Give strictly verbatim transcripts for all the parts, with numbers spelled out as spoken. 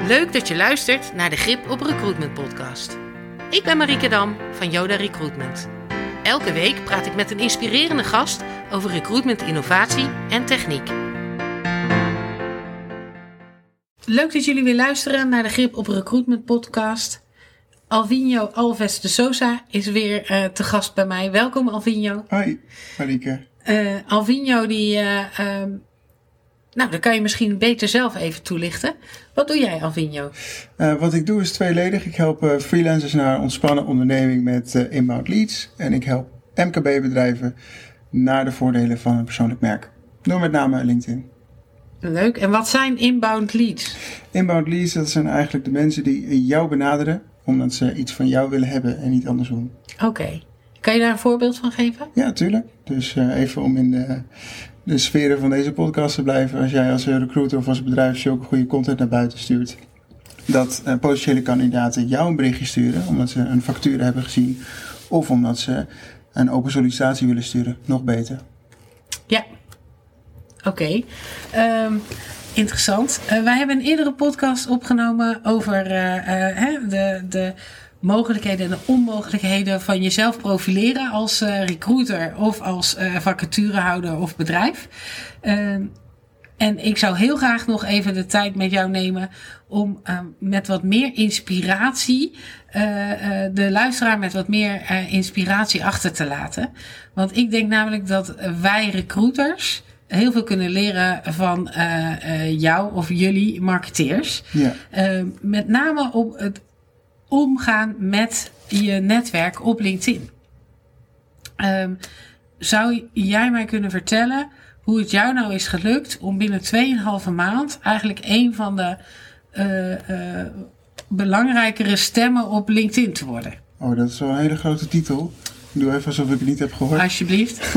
Leuk dat je luistert naar de Grip op Recruitment podcast. Ik ben Marieke Dam van Yoda Recruitment. Elke week praat ik met een inspirerende gast over recruitment, innovatie en techniek. Leuk dat jullie weer luisteren naar de Grip op Recruitment podcast. Alvinho Alves de Sousa is weer uh, te gast bij mij. Welkom Alvinho. Hoi Marieke. Uh, Alvinho die... Uh, uh, nou, dan kan je misschien beter zelf even toelichten. Wat doe jij, Alvinho? Uh, wat ik doe is tweeledig. Ik help uh, freelancers naar ontspannen onderneming met uh, inbound leads. En ik help M K B-bedrijven naar de voordelen van een persoonlijk merk. Door met name LinkedIn. Leuk. En wat zijn inbound leads? Inbound leads, dat zijn eigenlijk de mensen die jou benaderen omdat ze iets van jou willen hebben en niet andersom. Oké. Okay. Kan je daar een voorbeeld van geven? Ja, tuurlijk. Dus uh, even om in de... de sferen van deze podcast te blijven. Als jij als recruiter of als bedrijf zulke goede content naar buiten stuurt. Dat uh, potentiële kandidaten jou een berichtje sturen. Omdat ze een factuur hebben gezien. Of omdat ze een open sollicitatie willen sturen. Nog beter. Ja. Oké. Okay. Um, interessant. Uh, wij hebben een eerdere podcast opgenomen over uh, uh, hè, de... de mogelijkheden en de onmogelijkheden van jezelf profileren als uh, recruiter of als uh, vacaturehouder of bedrijf. Uh, en ik zou heel graag nog even de tijd met jou nemen om uh, met wat meer inspiratie, uh, uh, de luisteraar met wat meer uh, inspiratie achter te laten. Want ik denk namelijk dat wij recruiters heel veel kunnen leren van uh, uh, jou of jullie marketeers. Ja. Uh, met name op het omgaan met je netwerk op LinkedIn. Um, zou jij mij kunnen vertellen hoe het jou nou is gelukt om binnen twee en een halve maand eigenlijk een van de uh, uh, belangrijkere stemmen op LinkedIn te worden? Oh, dat is wel een hele grote titel. Ik doe even alsof ik het niet heb gehoord. Alsjeblieft.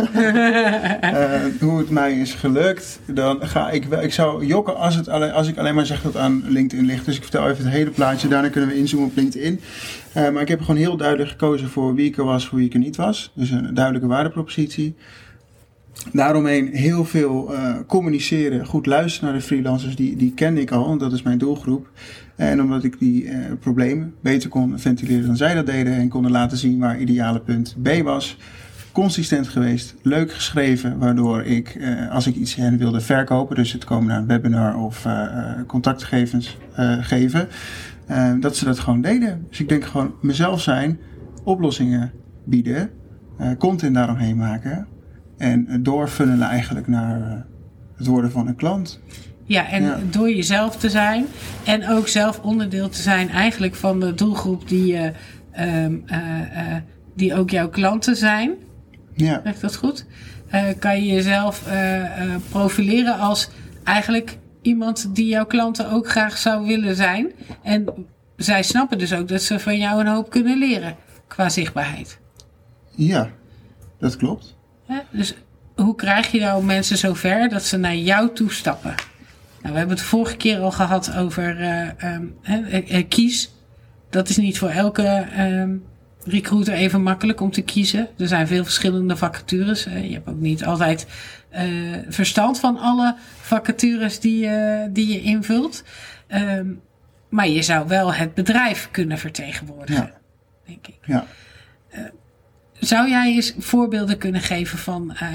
uh, hoe het mij is gelukt, dan ga ik wel. Ik zou jokken als, het alleen, als ik alleen maar zeg dat het aan LinkedIn ligt. Dus ik vertel even het hele plaatje. Daarna kunnen we inzoomen op LinkedIn. Uh, maar ik heb gewoon heel duidelijk gekozen voor wie ik er was, voor wie ik er niet was. Dus een duidelijke waardepropositie. Daaromheen heel veel uh, communiceren, goed luisteren naar de freelancers, die, die kende ik al, want dat is mijn doelgroep. En omdat ik die uh, problemen beter kon ventileren dan zij dat deden en konden laten zien waar ideale punt B was. Consistent geweest, leuk geschreven, waardoor ik, uh, als ik iets hen wilde verkopen, dus het komen naar een webinar of uh, contactgegevens uh, geven, uh, dat ze dat gewoon deden. Dus ik denk gewoon mezelf zijn, oplossingen bieden, uh, content daaromheen maken. En doorfunnelen eigenlijk naar het worden van een klant. Ja, en ja. door jezelf te zijn. En ook zelf onderdeel te zijn eigenlijk van de doelgroep die, uh, um, uh, uh, die ook jouw klanten zijn. Ja. Zeg ik dat goed? Uh, kan je jezelf uh, uh, profileren als eigenlijk iemand die jouw klanten ook graag zou willen zijn. En zij snappen dus ook dat ze van jou een hoop kunnen leren qua zichtbaarheid. Ja, dat klopt. Ja, dus hoe krijg je nou mensen zover dat ze naar jou toe stappen? Nou, we hebben het vorige keer al gehad over uh, um, uh, kies. Dat is niet voor elke um, recruiter even makkelijk om te kiezen. Er zijn veel verschillende vacatures. Uh, je hebt ook niet altijd uh, verstand van alle vacatures die, uh, die je invult. Um, maar je zou wel het bedrijf kunnen vertegenwoordigen, ja. denk ik. Ja. Uh, Zou jij eens voorbeelden kunnen geven van uh,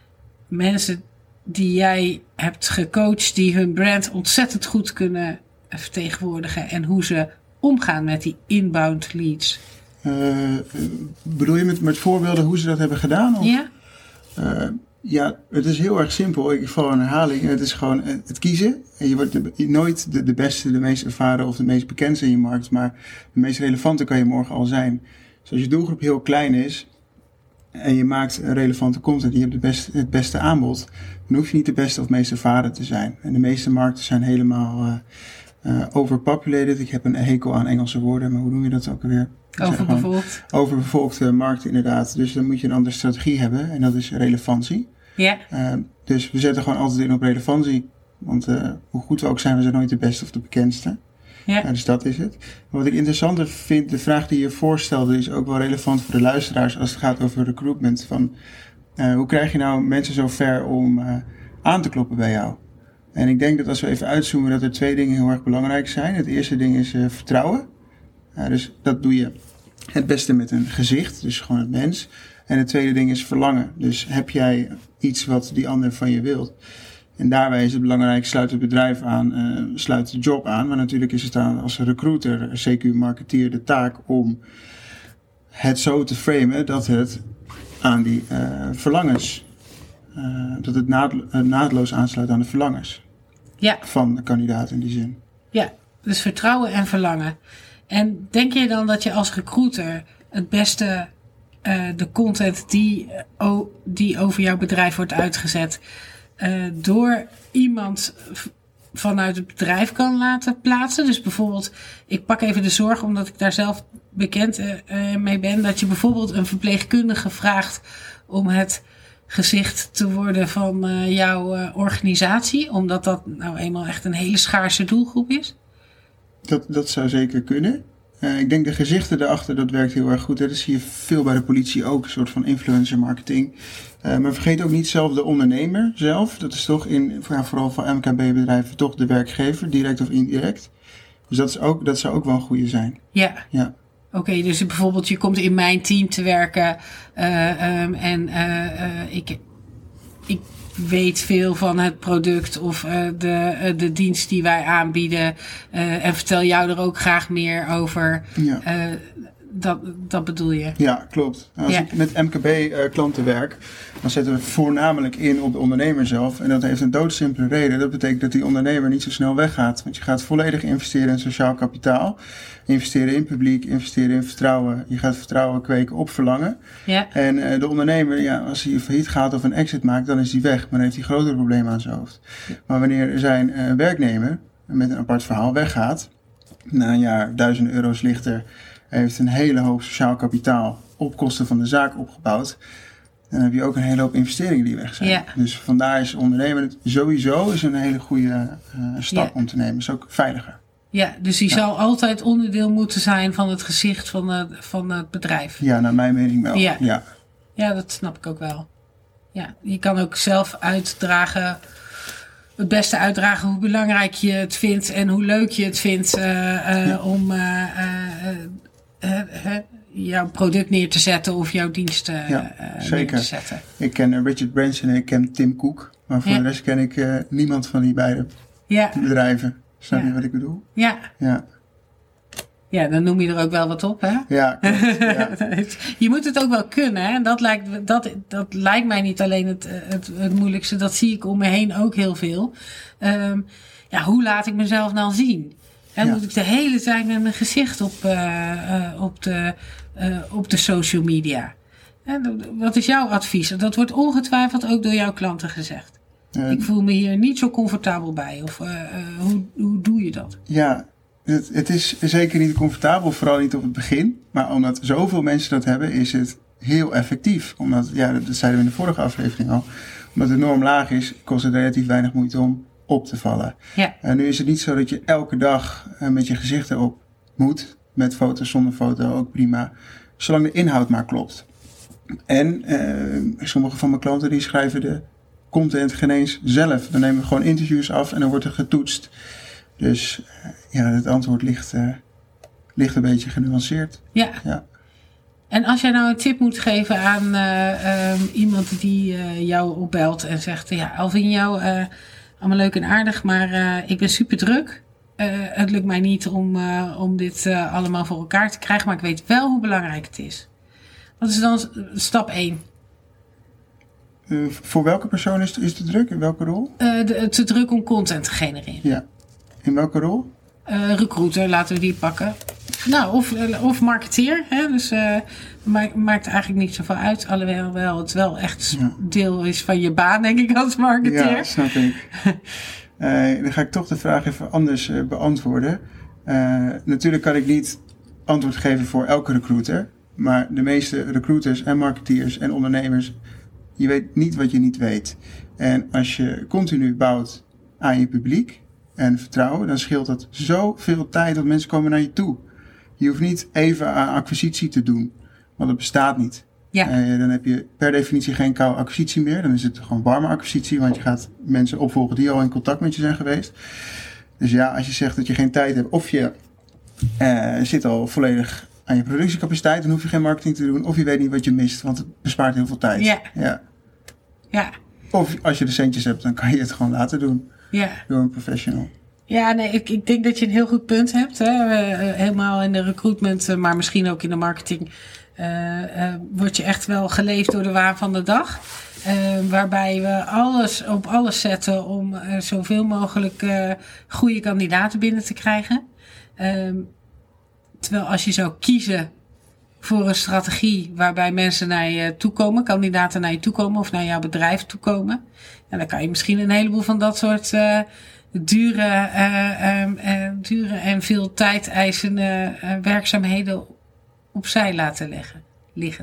mensen die jij hebt gecoacht, die hun brand ontzettend goed kunnen vertegenwoordigen en hoe ze omgaan met die inbound leads? Uh, bedoel je met, met voorbeelden hoe ze dat hebben gedaan? Of? Ja. Uh, ja, het is heel erg simpel. Ik val een herhaling. Het is gewoon het kiezen. En je wordt de, nooit de, de beste, de meest ervaren of de meest bekendste in je markt, maar de meest relevante kan je morgen al zijn. Dus als je doelgroep heel klein is en je maakt relevante content, je hebt het beste, het beste aanbod, dan hoef je niet de beste of meest ervaren te zijn. En de meeste markten zijn helemaal uh, uh, overpopulated. Ik heb een hekel aan Engelse woorden, maar hoe noem je dat ook alweer? Overbevolkt. Overbevolkte markten inderdaad. Dus dan moet je een andere strategie hebben en dat is relevantie. Ja. Uh, dus we zetten gewoon altijd in op relevantie. Want uh, hoe goed we ook zijn, we zijn nooit de beste of de bekendste. Ja. Ja, dus dat is het. Maar wat ik interessanter vind, de vraag die je voorstelde is ook wel relevant voor de luisteraars als het gaat over recruitment. Van, uh, hoe krijg je nou mensen zo ver om uh, aan te kloppen bij jou? En ik denk dat als we even uitzoomen dat er twee dingen heel erg belangrijk zijn. Het eerste ding is uh, vertrouwen. Uh, dus dat doe je het beste met een gezicht, dus gewoon het mens. En het tweede ding is verlangen. Dus heb jij iets wat die ander van je wilt? En daarbij is het belangrijk, sluit het bedrijf aan, uh, sluit de job aan. Maar natuurlijk is het dan als recruiter, C Q-marketeer, de taak om het zo te framen dat het aan die uh, verlangens, uh, dat het naadlo- uh, naadloos aansluit aan de verlangens ja. van de kandidaat in die zin. Ja, dus vertrouwen en verlangen. En denk je dan dat je als recruiter het beste uh, de content die, uh, o, die over jouw bedrijf wordt uitgezet uh, door iemand v- vanuit het bedrijf kan laten plaatsen? Dus bijvoorbeeld, ik pak even de zorg omdat ik daar zelf bekend uh, uh, mee ben, dat je bijvoorbeeld een verpleegkundige vraagt om het gezicht te worden van uh, jouw uh, organisatie, omdat dat nou eenmaal echt een hele schaarse doelgroep is? Dat, dat zou zeker kunnen. Uh, ik denk de gezichten daarachter, dat werkt heel erg goed. Hè. Dat zie je veel bij de politie ook, een soort van influencer marketing. Uh, maar vergeet ook niet zelf de ondernemer zelf. Dat is toch in, ja, vooral voor M K B-bedrijven toch de werkgever, direct of indirect. Dus dat, is ook, dat zou ook wel een goede zijn. Ja. Ja. Oké, okay, dus bijvoorbeeld je komt in mijn team te werken uh, um, en uh, uh, ik, ik weet veel van het product of uh, de, uh, de dienst die wij aanbieden uh, en vertel jou er ook graag meer over. Ja. Uh, dat, dat bedoel je? Ja, klopt. Als ja. ik met M K B-klanten uh, werk, dan zetten we voornamelijk in op de ondernemer zelf. En dat heeft een doodsimpele reden. Dat betekent dat die ondernemer niet zo snel weggaat. Want je gaat volledig investeren in sociaal kapitaal. Investeren in publiek, investeren in vertrouwen. Je gaat vertrouwen kweken op verlangen. Ja. En uh, de ondernemer, ja, als hij failliet gaat of een exit maakt, dan is hij weg. Maar dan heeft hij grotere problemen aan zijn hoofd. Ja. Maar wanneer zijn uh, werknemer met een apart verhaal weggaat, na een jaar duizenden euro's lichter, heeft een hele hoop sociaal kapitaal op kosten van de zaak opgebouwd. Dan heb je ook een hele hoop investeringen die weg zijn. Ja. Dus vandaar is ondernemen sowieso is een hele goede uh, stap ja. om te nemen. Is ook veiliger. Ja, dus die ja. zal altijd onderdeel moeten zijn van het gezicht van het, van het bedrijf. Ja, naar mijn mening wel. Ja. Ja. ja, dat snap ik ook wel. Ja, je kan ook zelf uitdragen, het beste uitdragen hoe belangrijk je het vindt en hoe leuk je het vindt uh, uh, ja. om uh, uh, uh, uh, jouw product neer te zetten of jouw dienst uh, ja, uh, neer te zetten. Ik ken Richard Branson en ik ken Tim Cook, maar voor ja. de rest ken ik uh, niemand van die beide ja. bedrijven. Snap ja. je wat ik bedoel? Ja. Ja. Ja, dan noem je er ook wel wat op, hè? Ja, klopt, ja. Je moet het ook wel kunnen, hè? Dat lijkt, dat, dat lijkt mij niet alleen het, het, het moeilijkste. Dat zie ik om me heen ook heel veel. Um, ja, hoe laat ik mezelf nou zien? En ja. moet ik de hele tijd met mijn gezicht op, uh, uh, op, de, uh, op de social media? En wat is jouw advies? Dat wordt ongetwijfeld ook door jouw klanten gezegd. Uh, ik voel me hier niet zo comfortabel bij. Of uh, uh, hoe, hoe doe je dat? Ja, het, het is zeker niet comfortabel, vooral niet op het begin. Maar omdat zoveel mensen dat hebben, is het heel effectief. Omdat, ja, dat zeiden we in de vorige aflevering al. Omdat de norm laag is, kost het relatief weinig moeite om op te vallen. Ja. En nu is het niet zo dat je elke dag uh, met je gezicht erop moet. Met foto, zonder foto, ook prima. Zolang de inhoud maar klopt. En uh, sommige van mijn klanten die schrijven de content geen eens zelf. Dan nemen we gewoon interviews af en dan wordt er getoetst. Dus uh, ja, het antwoord ligt, uh, ligt een beetje genuanceerd. Ja. ja. En als jij nou een tip moet geven aan uh, um, iemand die uh, jou opbelt en zegt, ja, Alvin, jou uh, allemaal leuk en aardig, maar uh, ik ben super druk. Uh, het lukt mij niet om, uh, om dit uh, allemaal voor elkaar te krijgen, maar ik weet wel hoe belangrijk het is. Wat is dan stap één? Uh, voor welke persoon is, is het druk? In welke rol? Uh, de, te druk om content te genereren. Ja. In welke rol? Uh, recruiter, laten we die pakken. Nou, of, of marketeer. Hè? Dus uh, maakt, maakt eigenlijk niet zoveel uit. Alhoewel wel, het wel echt ja. deel is van je baan, denk ik, als marketeer. Ja, snap ik. uh, dan ga ik toch de vraag even anders uh, beantwoorden. Uh, natuurlijk kan ik niet antwoord geven voor elke recruiter. Maar de meeste recruiters en marketeers en ondernemers, je weet niet wat je niet weet. En als je continu bouwt aan je publiek en vertrouwen, dan scheelt dat zoveel tijd dat mensen komen naar je toe. Je hoeft niet even aan acquisitie te doen, want dat bestaat niet. Ja. Ja. Uh, dan heb je per definitie geen koude acquisitie meer. Dan is het gewoon warme acquisitie, want je gaat mensen opvolgen die al in contact met je zijn geweest. Dus ja, als je zegt dat je geen tijd hebt of je uh, zit al volledig aan je productiecapaciteit, dan hoef je geen marketing te doen. Of je weet niet wat je mist, want het bespaart heel veel tijd. Ja. Ja. Ja. Of als je de centjes hebt, dan kan je het gewoon laten doen. Ja. Door een professional. Ja, nee, ik, ik denk dat je een heel goed punt hebt. Hè? Uh, helemaal in de recruitment, uh, maar misschien ook in de marketing. Uh, uh, word je echt wel geleefd door de waan van de dag. Uh, waarbij we alles op alles zetten om uh, zoveel mogelijk uh, goede kandidaten binnen te krijgen. Uh, terwijl als je zou kiezen voor een strategie waarbij mensen naar je toekomen, kandidaten naar je toekomen of naar jouw bedrijf toekomen. En dan kan je misschien een heleboel van dat soort uh, dure, uh, um, uh, dure en veel tijd eisende uh, werkzaamheden opzij laten leggen, liggen.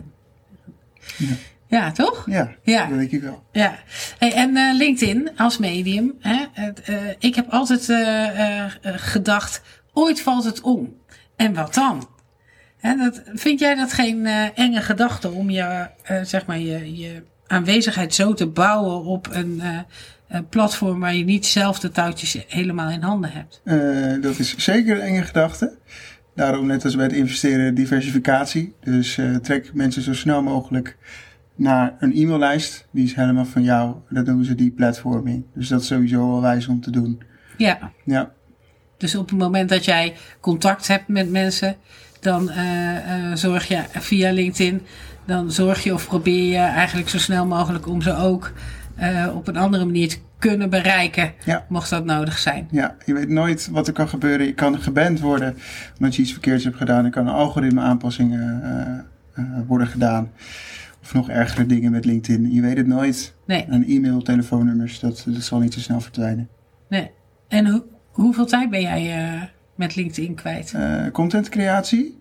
Ja. Ja, toch? Ja, ja. dat denk ik wel. Ja. Hey, en uh, LinkedIn als medium. Hè, het, uh, ik heb altijd uh, uh, gedacht, ooit valt het om. En wat dan? Hè, dat, vind jij dat geen uh, enge gedachte om je, uh, zeg maar je, je aanwezigheid zo te bouwen op een, uh, een platform waar je niet zelf de touwtjes helemaal in handen hebt? Uh, dat is zeker een enge gedachte. Daarom, net als bij het investeren, diversificatie. Dus uh, trek mensen zo snel mogelijk naar een e-maillijst. Die is helemaal van jou. Dat noemen ze deplatforming. Dus dat is sowieso wel wijs om te doen. Ja. Ja. Dus op het moment dat jij contact hebt met mensen, dan uh, uh, zorg je via LinkedIn, dan zorg je of probeer je eigenlijk zo snel mogelijk om ze ook uh, op een andere manier te kunnen bereiken, ja. mocht dat nodig zijn. Ja, je weet nooit wat er kan gebeuren. Je kan geband worden omdat je iets verkeerds hebt gedaan. Er kan een algoritme aanpassingen uh, uh, worden gedaan. Of nog ergere dingen met LinkedIn. Je weet het nooit. Nee. En e-mail, telefoonnummers, dat, dat zal niet zo snel verdwijnen. Nee. En ho- hoeveel tijd ben jij uh, met LinkedIn kwijt? Uh, contentcreatie.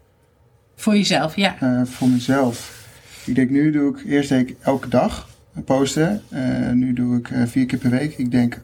Voor jezelf, ja. Uh, voor mezelf. Ik denk nu doe ik, eerst deed ik elke dag posten. Uh, nu doe ik uh, vier keer per week. Ik denk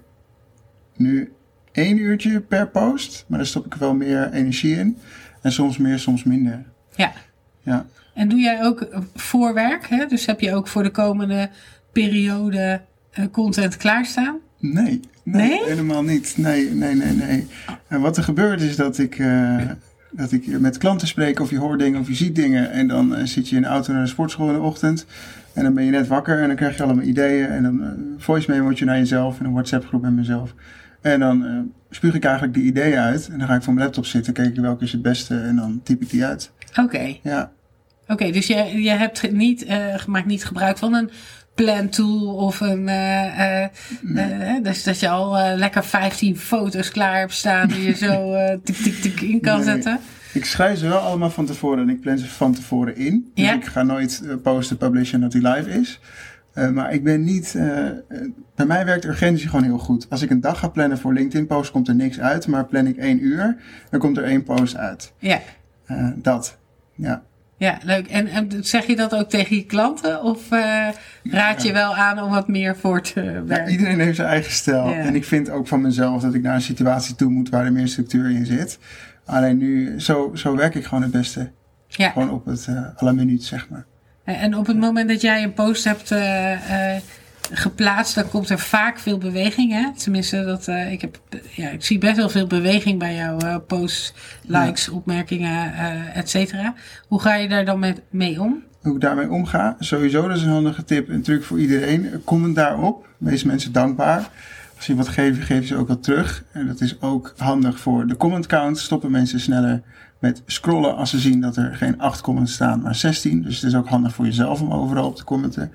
nu één uurtje per post. Maar daar stop ik wel meer energie in. En soms meer, soms minder. Ja. Ja. En doe jij ook voorwerk? Hè? Dus heb je ook voor de komende periode uh, content klaarstaan? Nee, nee, nee, helemaal niet. Nee, nee, nee, nee. En wat er gebeurt is dat ik, uh, dat ik met klanten spreek of je hoort dingen of je ziet dingen. En dan uh, zit je in de auto naar de sportschool in de ochtend. En dan ben je net wakker en dan krijg je allemaal ideeën. En dan uh, voice memo je naar jezelf in een WhatsApp groep met mezelf. En dan uh, spuug ik eigenlijk die ideeën uit. En dan ga ik voor mijn laptop zitten, kijk ik welke is het beste en dan typ ik die uit. Oké. Okay. Ja. Oké, okay, dus je, je hebt niet, uh, maakt niet gebruik van een plan tool of een, uh, uh, nee. uh, dus dat je al uh, lekker vijftien foto's klaar hebt staan die je zo uh, tik, tik, tik in kan nee. zetten. Ik schrijf ze wel allemaal van tevoren en ik plan ze van tevoren in. Dus ja. Ik ga nooit uh, posten, publishen dat die live is. Uh, maar ik ben niet, uh, uh, bij mij werkt urgentie gewoon heel goed. Als ik een dag ga plannen voor LinkedIn post komt er niks uit, maar plan ik één uur, dan komt er één post uit. Ja. Uh, dat, ja. Ja, leuk. En, en zeg je dat ook tegen je klanten? Of uh, raad je ja. wel aan om wat meer voor te werken? Ja, iedereen heeft zijn eigen stijl. Ja. En ik vind ook van mezelf dat ik naar een situatie toe moet waar er meer structuur in zit. Alleen nu, zo, zo werk ik gewoon het beste. Ja. Gewoon op het uh, à la minuut, zeg maar. En op het moment dat jij een post hebt uh, uh, geplaatst, dan komt er vaak veel beweging. Hè? Tenminste, dat, uh, ik, heb, ja, ik zie best wel veel beweging bij jouw uh, posts, likes, ja. opmerkingen, uh, et cetera. Hoe ga je daar dan met, mee om? Hoe ik daarmee omga? Sowieso, dat is een handige tip en truc voor iedereen. Comment daarop. Wees mensen dankbaar. Als je wat geeft, geef ze ook wat terug. En dat is ook handig voor de comment count. Stoppen mensen sneller met scrollen als ze zien dat er geen acht comments staan, maar zestien. Dus het is ook handig voor jezelf om overal op te commenten.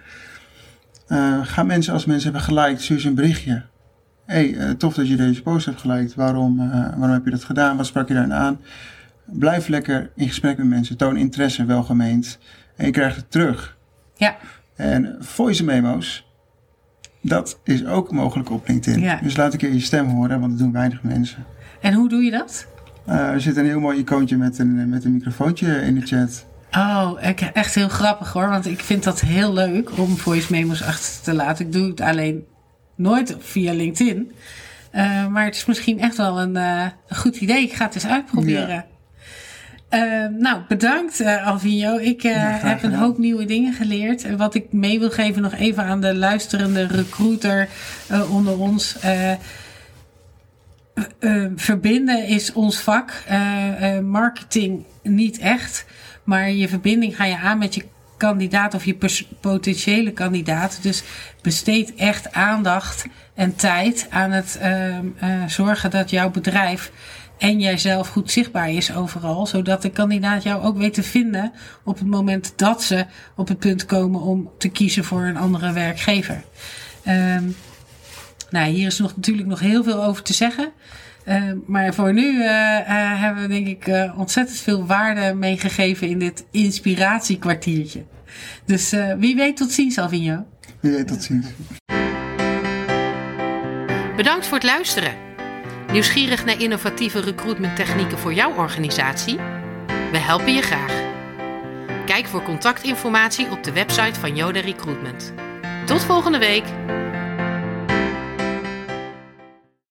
Uh, ga mensen, als mensen hebben geliked, stuur ze een berichtje. Hé, hey, uh, tof dat je deze post hebt geliked. Waarom, uh, waarom heb je dat gedaan? Wat sprak je daarin aan? Blijf lekker in gesprek met mensen. Toon interesse, welgemeend. En je krijgt het terug. Ja. En voice memo's, dat is ook mogelijk op LinkedIn. Ja. Dus laat een keer je stem horen, want dat doen weinig mensen. En hoe doe je dat? Uh, er zit een heel mooi icoontje met een, met een microfoontje in de chat. Oh, echt heel grappig hoor. Want ik vind dat heel leuk om voice memo's achter te laten. Ik doe het alleen nooit via LinkedIn. Uh, maar het is misschien echt wel een, uh, een goed idee. Ik ga het eens uitproberen. Ja. Uh, nou, bedankt uh, Alvinho. Ik uh, ja, heb een hoop nieuwe dingen geleerd. En wat ik mee wil geven nog even aan de luisterende recruiter uh, onder ons. Uh, uh, verbinden is ons vak. Uh, uh, marketing niet echt. Maar je verbinding ga je aan met je kandidaat of je pers- potentiële kandidaat. Dus besteed echt aandacht en tijd aan het uh, uh, zorgen dat jouw bedrijf en jijzelf goed zichtbaar is overal. Zodat de kandidaat jou ook weet te vinden op het moment dat ze op het punt komen om te kiezen voor een andere werkgever. Um, nou, hier is nog natuurlijk nog heel veel over te zeggen. Uh, maar voor nu uh, uh, hebben we denk ik uh, ontzettend veel waarde meegegeven in dit inspiratiekwartiertje. Dus uh, wie weet tot ziens, Alvinho. Wie weet tot ziens. Bedankt voor het luisteren. Nieuwsgierig naar innovatieve recruitmenttechnieken voor jouw organisatie? We helpen je graag. Kijk voor contactinformatie op de website van Yoda Recruitment. Tot volgende week!